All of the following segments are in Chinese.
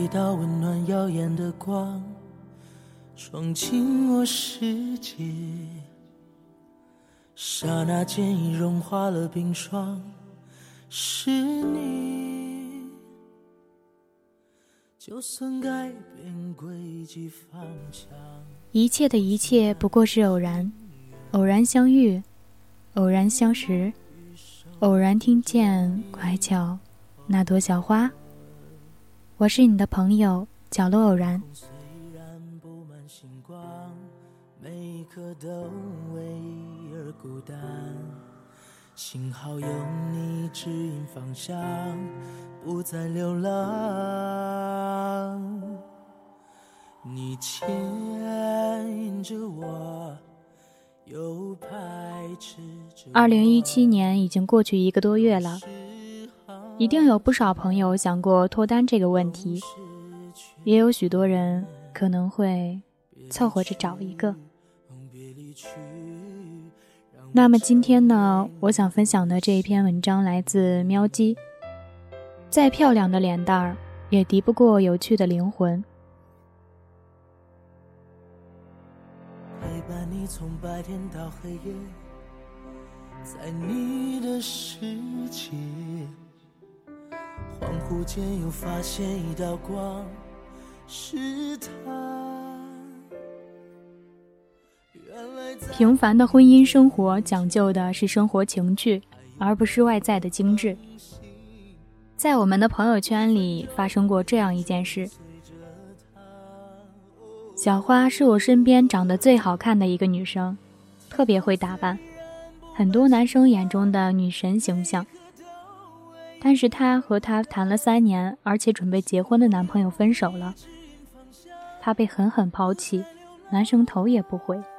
一道温暖耀眼的光，闯进我世界，刹那间已融化了冰霜，是你。就算改变轨迹方向， 一切的一切不过是偶然，偶然相遇，偶然相识，偶然听见乖巧那朵小花。我是你的朋友角落偶然。 虽然布满星光，每一刻都唯一而孤单，幸好有你指引方向，不再流浪。你牵着我，又排斥着我。 2017年已经过去1个多月了，一定有不少朋友想过脱单这个问题，也有许多人可能会凑合着找一个。那么今天呢，我想分享的这一篇文章来自喵姬。再漂亮的脸蛋儿，也敌不过有趣的灵魂。 陪伴你从白天到黑夜，在你的世界，恍惚间又发现一道光，是他。 平凡的婚姻生活讲究的是生活情趣，而不是外在的精致。在我们的朋友圈里发生过这样一件事。小花是我身边长得最好看的一个女生，特别会打扮，很多男生眼中的女神形象。但是她和她谈了3年，而且准备结婚的男朋友分手了，她被狠狠抛弃，男生头也不回。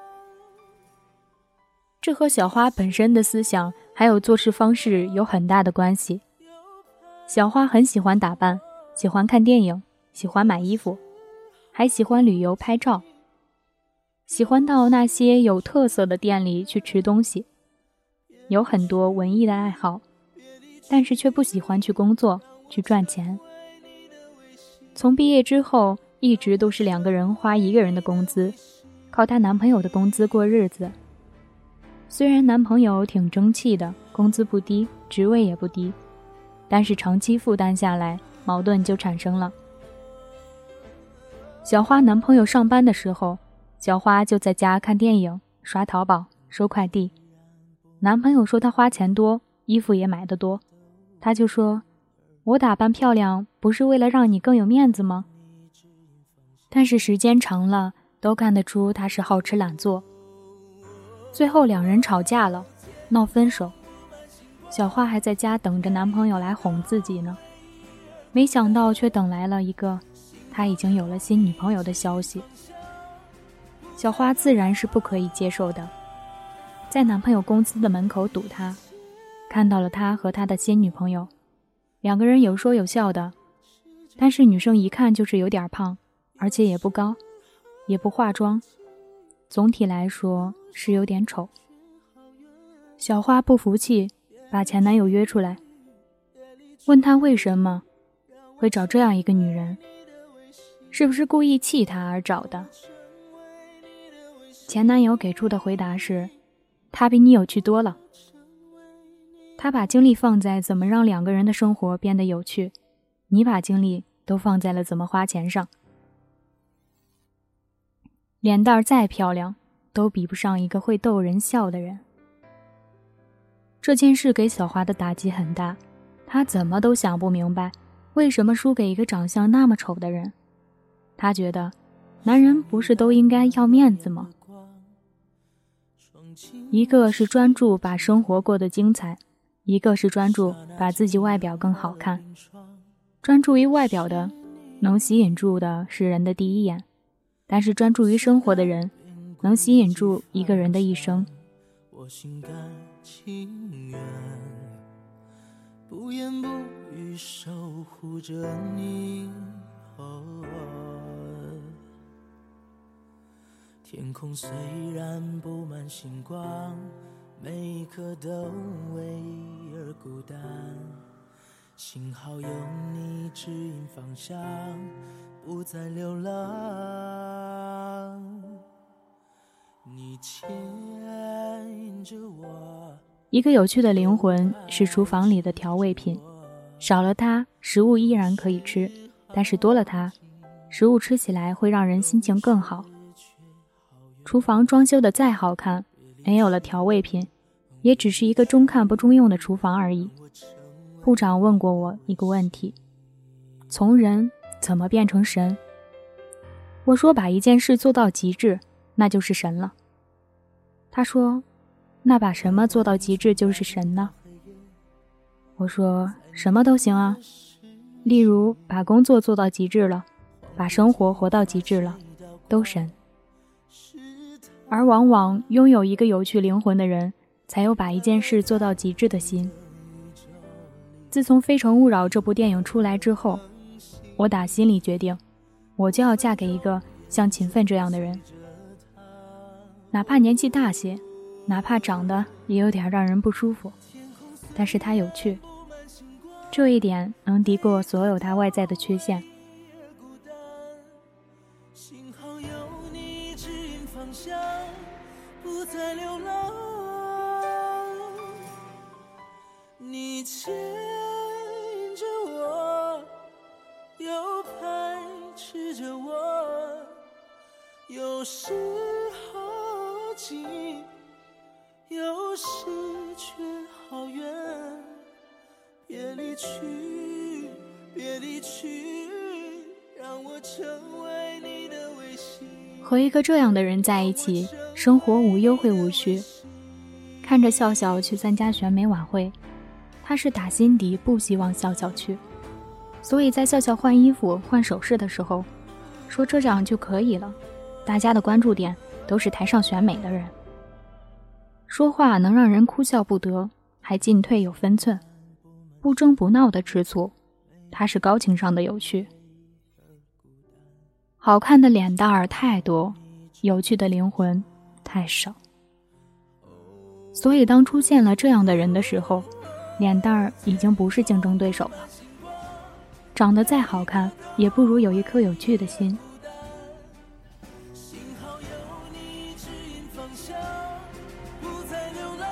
这和小花本身的思想还有做事方式有很大的关系。小花很喜欢打扮，喜欢看电影，喜欢买衣服，还喜欢旅游拍照，喜欢到那些有特色的店里去吃东西，有很多文艺的爱好，但是却不喜欢去工作，去赚钱。从毕业之后，一直都是2个人花1个人的工资，靠她男朋友的工资过日子。虽然男朋友挺争气的，工资不低，职位也不低，但是长期负担下来，矛盾就产生了。小花男朋友上班的时候，小花就在家看电影、刷淘宝、收快递。男朋友说他花钱多，衣服也买得多，他就说：“我打扮漂亮不是为了让你更有面子吗？”但是时间长了，都看得出他是好吃懒做。最后2人吵架了，闹分手。小花还在家等着男朋友来哄自己呢，没想到却等来了一个他已经有了新女朋友的消息。小花自然是不可以接受的，在男朋友公司的门口堵他，看到了他和他的新女朋友，2个人有说有笑的，但是女生一看就是有点胖，而且也不高，也不化妆，总体来说是有点丑。小花不服气，把前男友约出来，问他为什么会找这样一个女人，是不是故意气他而找的。前男友给出的回答是，他比你有趣多了，他把精力放在怎么让2个人的生活变得有趣，你把精力都放在了怎么花钱上。脸蛋再漂亮，都比不上一个会逗人笑的人。这件事给小花的打击很大，她怎么都想不明白，为什么输给一个长相那么丑的人。她觉得，男人不是都应该要面子吗？一个是专注把生活过得精彩，一个是专注把自己外表更好看。专注于外表的，能吸引住的是人的第一眼，但是专注于生活的人，能吸引住一个人的一生。 我心甘情愿，不言不语守护着你。天空虽然布满星光，每一颗都唯一而孤单， 幸好有你指引方向，不再流浪。你牵着我。 一个有趣的灵魂是厨房里的调味品，少了它，食物依然可以吃，但是多了它，食物吃起来会让人心情更好。厨房装修的再好看，没有了调味品，也只是一个中看不中用的厨房而已。部长问过我一个问题：从人怎么变成神？我说把一件事做到极致，那就是神了。他说，那把什么做到极致就是神呢？我说什么都行啊，例如把工作做到极致了，把生活活到极致了，都神。而往往拥有一个有趣灵魂的人，才有把一件事做到极致的心。自从《非诚勿扰》这部电影出来之后，我打心里决定，我就要嫁给一个像勤奋这样的人，哪怕年纪大些，哪怕长得也有点让人不舒服，但是他有趣，这一点能敌过所有他外在的缺陷。 幸好有你指引方向，不再流浪。你牵着我，又排斥着我，有时好近，有时却好远。别离去，别离去，让我成为你的微信。 和一个这样的人在一起，生活无忧会无绪。看着笑笑去参加选美晚会，他是打心底不希望笑笑去，所以在笑笑换衣服换首饰的时候说这样就可以了，大家的关注点都是台上选美的人。说话能让人哭笑不得，还进退有分寸，不争不闹的吃醋，他是高情商的有趣。好看的脸蛋儿太多，有趣的灵魂太少。所以当出现了这样的人的时候，脸蛋儿已经不是竞争对手了。长得再好看，也不如有一颗有趣的心。 幸好有你指引方向，不再流浪。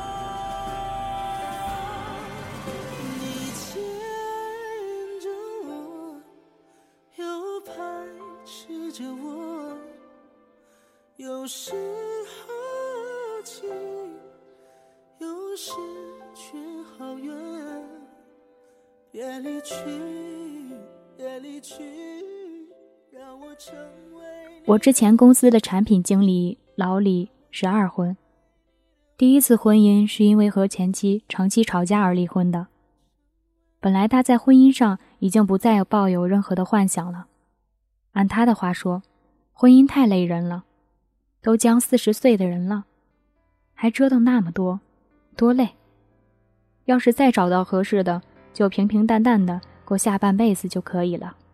你牵着我，又排斥着我，有时好近，有时却好远。别离去，别离去，让我成为。 我之前公司的产品经理老李是二婚，第一次婚姻是因为和前妻长期吵架而离婚的。本来他在婚姻上已经不再抱有任何的幻想了，按他的话说，婚姻太累人了，都将40岁的人了，还折腾那么多，多累。要是再找到合适的，就平平淡淡的过下半辈子就可以了。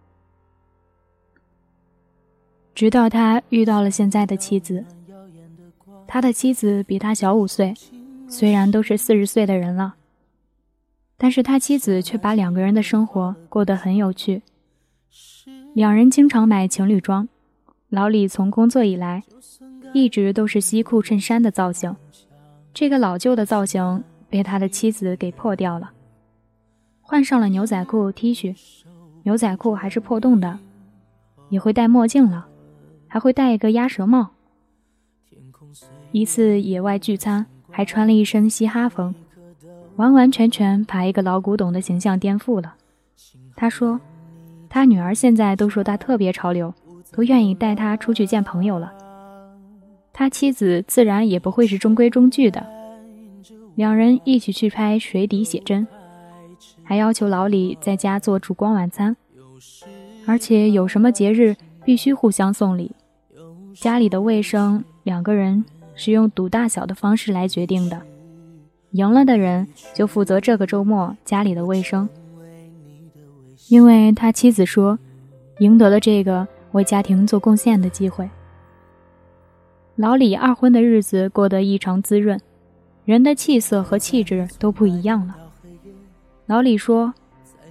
直到他遇到了现在的妻子，他的妻子比他小5岁，虽然都是40岁的人了，但是他妻子却把2个人的生活过得很有趣。2人经常买情侣装，老李从工作以来一直都是西裤衬衫的造型，这个老旧的造型被他的妻子给破掉了，换上了牛仔裤 T 恤，牛仔裤还是破洞的，也会戴墨镜了，还会戴一个鸭舌帽。一次野外聚餐，还穿了一身嘻哈风，完完全全把一个老古董的形象颠覆了。他说他女儿现在都说他特别潮流，都愿意带他出去见朋友了。他妻子自然也不会是中规中矩的，2人一起去拍水底写真，还要求老李在家做烛光晚餐，而且有什么节日必须互相送礼。家里的卫生2个人是用赌大小的方式来决定的，赢了的人就负责这个周末家里的卫生。因为他妻子说，赢得了这个为家庭做贡献的机会。老李二婚的日子过得异常滋润，人的气色和气质都不一样了。老李说，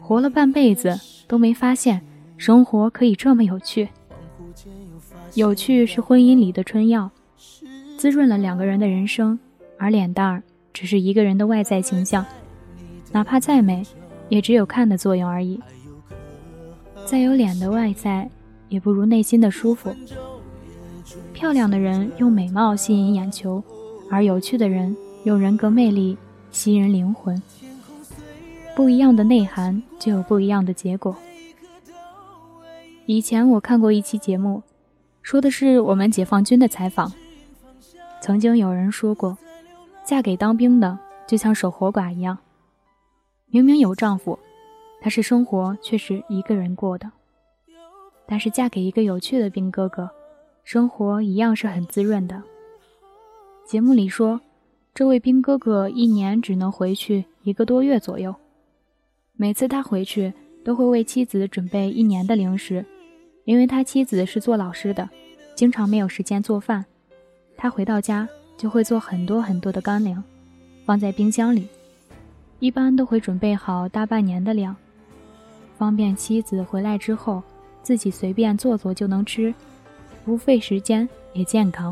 活了半辈子都没发现生活可以这么有趣。有趣是婚姻里的春药，滋润了两个人的人生，而脸蛋儿只是一个人的外在形象，哪怕再美，也只有看的作用而已。再有脸的外在，也不如内心的舒服。漂亮的人用美貌吸引眼球，而有趣的人用人格魅力吸引灵魂。不一样的内涵就有不一样的结果。以前我看过一期节目，说的是我们解放军的采访。曾经有人说过，嫁给当兵的就像守活寡一样，明明有丈夫，但是生活却是一个人过的。但是嫁给一个有趣的兵哥哥，生活一样是很滋润的。节目里说，这位兵哥哥一年只能回去1个多月左右，每次他回去都会为妻子准备1年的零食，因为他妻子是做老师的，经常没有时间做饭，他回到家就会做很多很多的干粮，放在冰箱里，一般都会准备好大半年的量，方便妻子回来之后自己随便做做就能吃，不费时间也健康。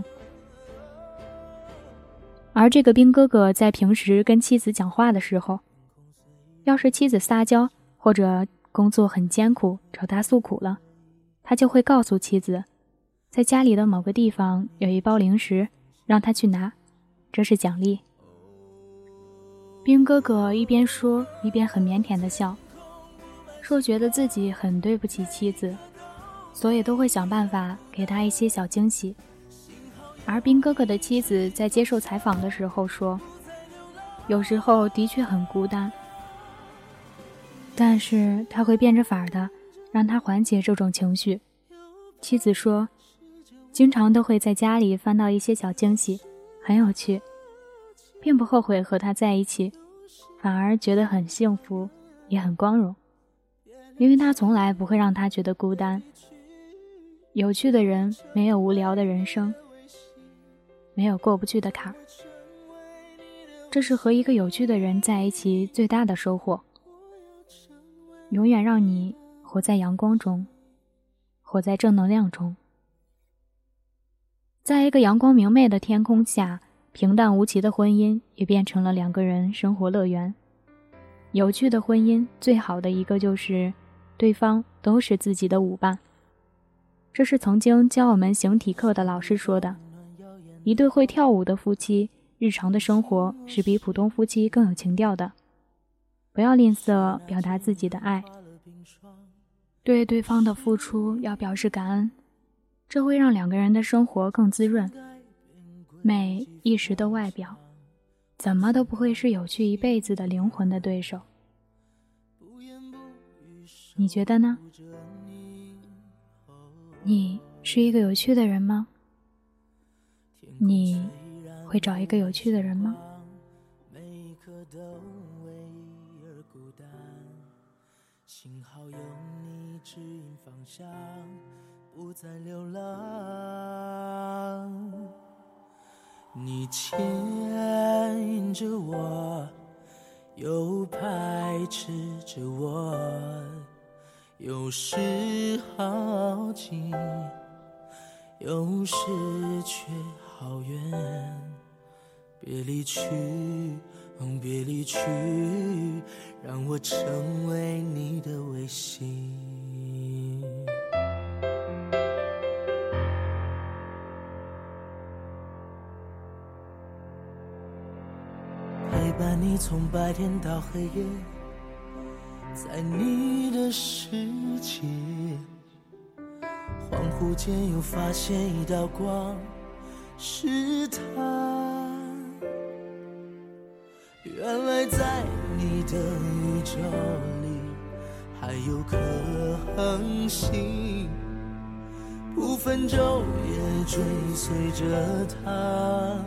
而这个兵哥哥在平时跟妻子讲话的时候，要是妻子撒娇或者工作很艰苦找他诉苦了，他就会告诉妻子，在家里的某个地方有一包零食，让他去拿，这是奖励。兵哥哥一边说一边很腼腆地笑，说觉得自己很对不起妻子，所以都会想办法给他一些小惊喜。而兵哥哥的妻子在接受采访的时候说，有时候的确很孤单，但是他会变着法的让他缓解这种情绪。妻子说，经常都会在家里翻到一些小惊喜，很有趣，并不后悔和他在一起，反而觉得很幸福，也很光荣，因为他从来不会让他觉得孤单。有趣的人没有无聊的人生，没有过不去的坎儿，这是和一个有趣的人在一起最大的收获，永远让你活在阳光中，活在正能量中。在一个阳光明媚的天空下，平淡无奇的婚姻也变成了2个人生活乐园。有趣的婚姻最好的一个就是对方都是自己的舞伴，这是曾经教我们形体课的老师说的。一对会跳舞的夫妻，日常的生活是比普通夫妻更有情调的。不要吝啬表达自己的爱，对对方的付出要表示感恩，这会让2个人的生活更滋润。美一时的外表，怎么都不会是有趣一辈子的灵魂的对手。你觉得呢？你是一个有趣的人吗？你会找一个有趣的人吗？ 幸好有你指引方向，不再流浪。你牵引着我，又排斥着我，有时好近，有时却好远。别离去，别离去，让我成为你的卫星。陪伴你从白天到黑夜，在你的世界，恍惚间又发现一道光，是他。原来在你的宇宙里还有颗恒星，不分昼夜追随着它。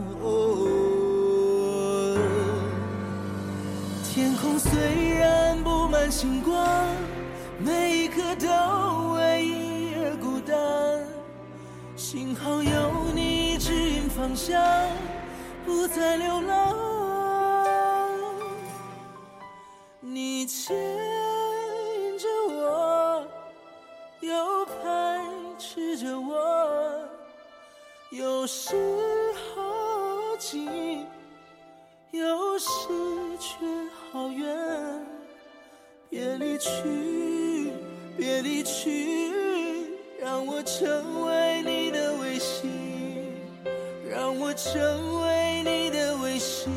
天空虽然布满星光，每一颗都唯一而孤单，幸好有你指引方向，不再流浪。你牵着我，有时好近，有时却好远。别离去，别离去，让我成为你的卫星，让我成为你的卫星。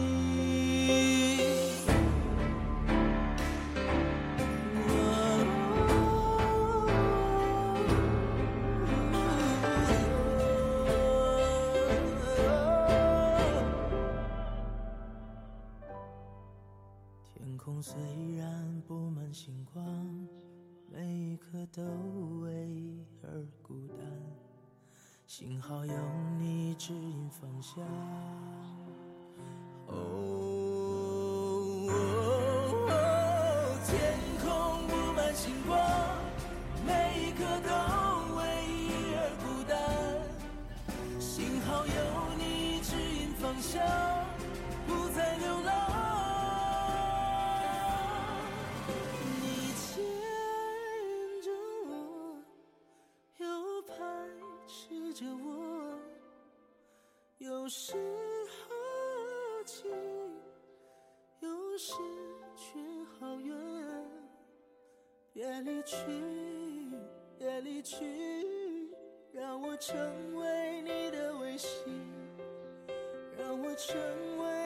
天空虽然布满星光，每一颗都唯而孤单，幸好有你指引方向。天空布满星光，每一颗都唯而孤单，幸好有你指引方向，不再流浪。有时好近，有时却好远。别离去，别离去，让我成为你的卫星，让我成为